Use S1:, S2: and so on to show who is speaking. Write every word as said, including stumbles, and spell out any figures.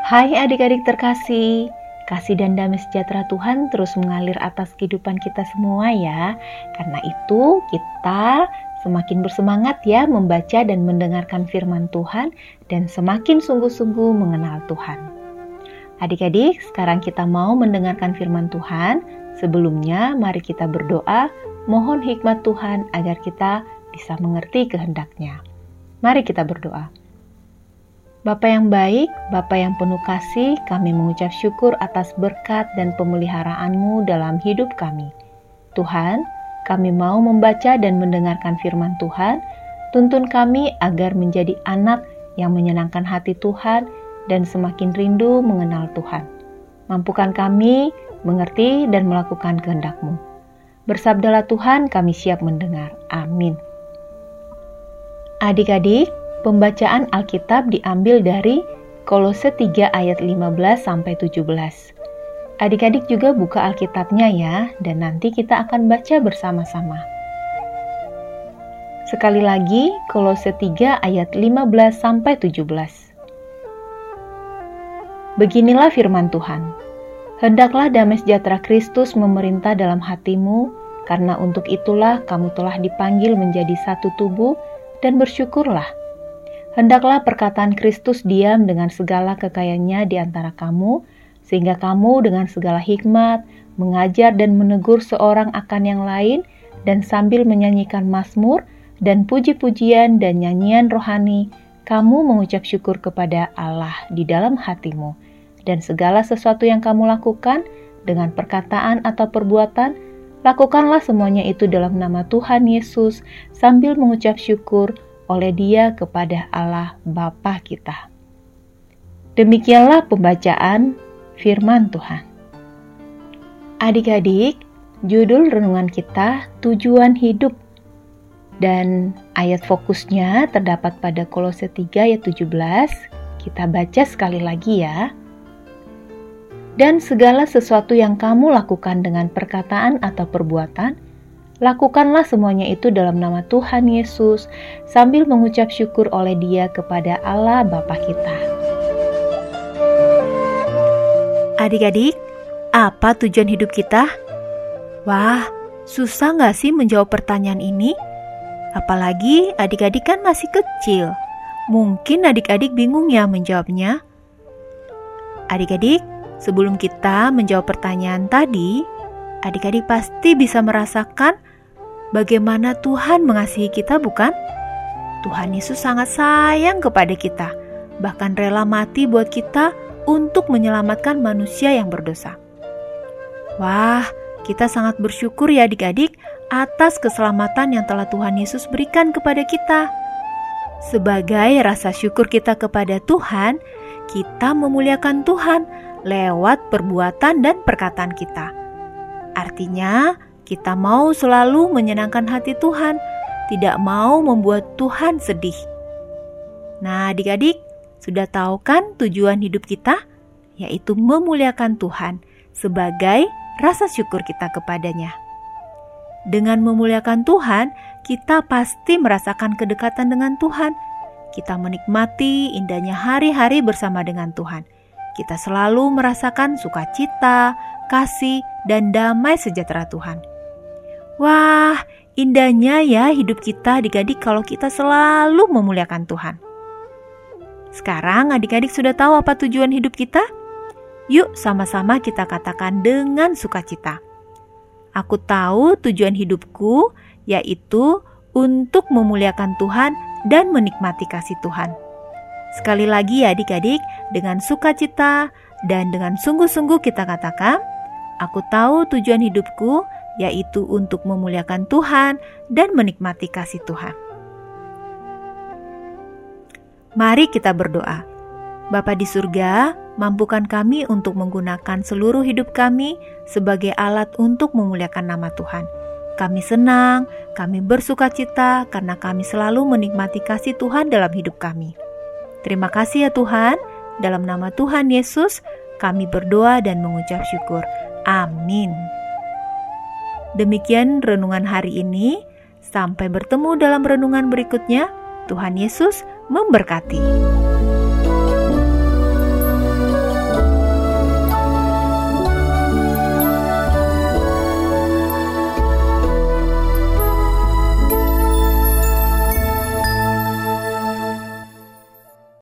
S1: Hai adik-adik terkasih, kasih dan damai sejahtera Tuhan terus mengalir atas kehidupan kita semua ya. Karena itu kita semakin bersemangat ya membaca dan mendengarkan firman Tuhan dan semakin sungguh-sungguh mengenal Tuhan. Adik-adik, sekarang kita mau mendengarkan firman Tuhan. Sebelumnya mari kita berdoa, mohon hikmat Tuhan agar kita bisa mengerti kehendak-Nya. Mari kita berdoa. Bapa yang baik, Bapa yang penuh kasih, kami mengucap syukur atas berkat dan pemeliharaanmu dalam hidup kami. Tuhan, kami mau membaca dan mendengarkan firman Tuhan, tuntun kami agar menjadi anak yang menyenangkan hati Tuhan dan semakin rindu mengenal Tuhan. Mampukan kami mengerti dan melakukan kehendak-Mu. Bersabdalah Tuhan, kami siap mendengar. Amin. Adik-adik, pembacaan Alkitab diambil dari Kolose tiga ayat lima belas sampai tujuh belas. Adik-adik juga buka Alkitabnya ya, dan nanti kita akan baca bersama-sama. Sekali lagi, Kolose tiga ayat lima belas sampai tujuh belas. Beginilah firman Tuhan. Hendaklah damai sejahtera Kristus memerintah dalam hatimu, karena untuk itulah kamu telah dipanggil menjadi satu tubuh, dan bersyukurlah. Hendaklah perkataan Kristus diam dengan segala kekayaannya di antara kamu, sehingga kamu dengan segala hikmat mengajar dan menegur seorang akan yang lain, dan sambil menyanyikan mazmur dan puji-pujian dan nyanyian rohani, kamu mengucap syukur kepada Allah di dalam hatimu. Dan segala sesuatu yang kamu lakukan dengan perkataan atau perbuatan, lakukanlah semuanya itu dalam nama Tuhan Yesus sambil mengucap syukur oleh Dia kepada Allah Bapa kita. Demikianlah pembacaan firman Tuhan. Adik-adik, judul renungan kita tujuan hidup, dan ayat fokusnya terdapat pada Kolose tiga ayat tujuh belas. Kita baca sekali lagi ya. Dan segala sesuatu yang kamu lakukan dengan perkataan atau perbuatan, lakukanlah semuanya itu dalam nama Tuhan Yesus sambil mengucap syukur oleh Dia kepada Allah Bapa kita. Adik-adik, apa tujuan hidup kita? Wah, susah gak sih menjawab pertanyaan ini? Apalagi adik-adik kan masih kecil. Mungkin adik-adik bingung ya menjawabnya. Adik-adik, sebelum kita menjawab pertanyaan tadi, adik-adik pasti bisa merasakan bagaimana Tuhan mengasihi kita, bukan? Tuhan Yesus sangat sayang kepada kita, bahkan rela mati buat kita untuk menyelamatkan manusia yang berdosa. Wah, kita sangat bersyukur ya adik-adik atas keselamatan yang telah Tuhan Yesus berikan kepada kita. Sebagai rasa syukur kita kepada Tuhan, kita memuliakan Tuhan lewat perbuatan dan perkataan kita. Artinya, kita mau selalu menyenangkan hati Tuhan, tidak mau membuat Tuhan sedih. Nah, adik-adik, sudah tahu kan tujuan hidup kita? Yaitu memuliakan Tuhan sebagai rasa syukur kita kepadanya. Dengan memuliakan Tuhan, kita pasti merasakan kedekatan dengan Tuhan. Kita menikmati indahnya hari-hari bersama dengan Tuhan. Kita selalu merasakan sukacita, kasih, dan damai sejahtera Tuhan. Wah, indahnya ya hidup kita adik-adik kalau kita selalu memuliakan Tuhan. Sekarang adik-adik sudah tahu apa tujuan hidup kita? Yuk sama-sama kita katakan dengan sukacita. Aku tahu tujuan hidupku yaitu untuk memuliakan Tuhan dan menikmati kasih Tuhan. Sekali lagi ya adik-adik, dengan sukacita dan dengan sungguh-sungguh kita katakan, aku tahu tujuan hidupku yaitu untuk memuliakan Tuhan dan menikmati kasih Tuhan. Mari kita berdoa. Bapa di surga, mampukan kami untuk menggunakan seluruh hidup kami sebagai alat untuk memuliakan nama Tuhan. Kami senang, kami bersukacita karena kami selalu menikmati kasih Tuhan dalam hidup kami. Terima kasih ya Tuhan, dalam nama Tuhan Yesus kami berdoa dan mengucap syukur. Amin. Demikian renungan hari ini, sampai bertemu dalam renungan berikutnya. Tuhan Yesus memberkati.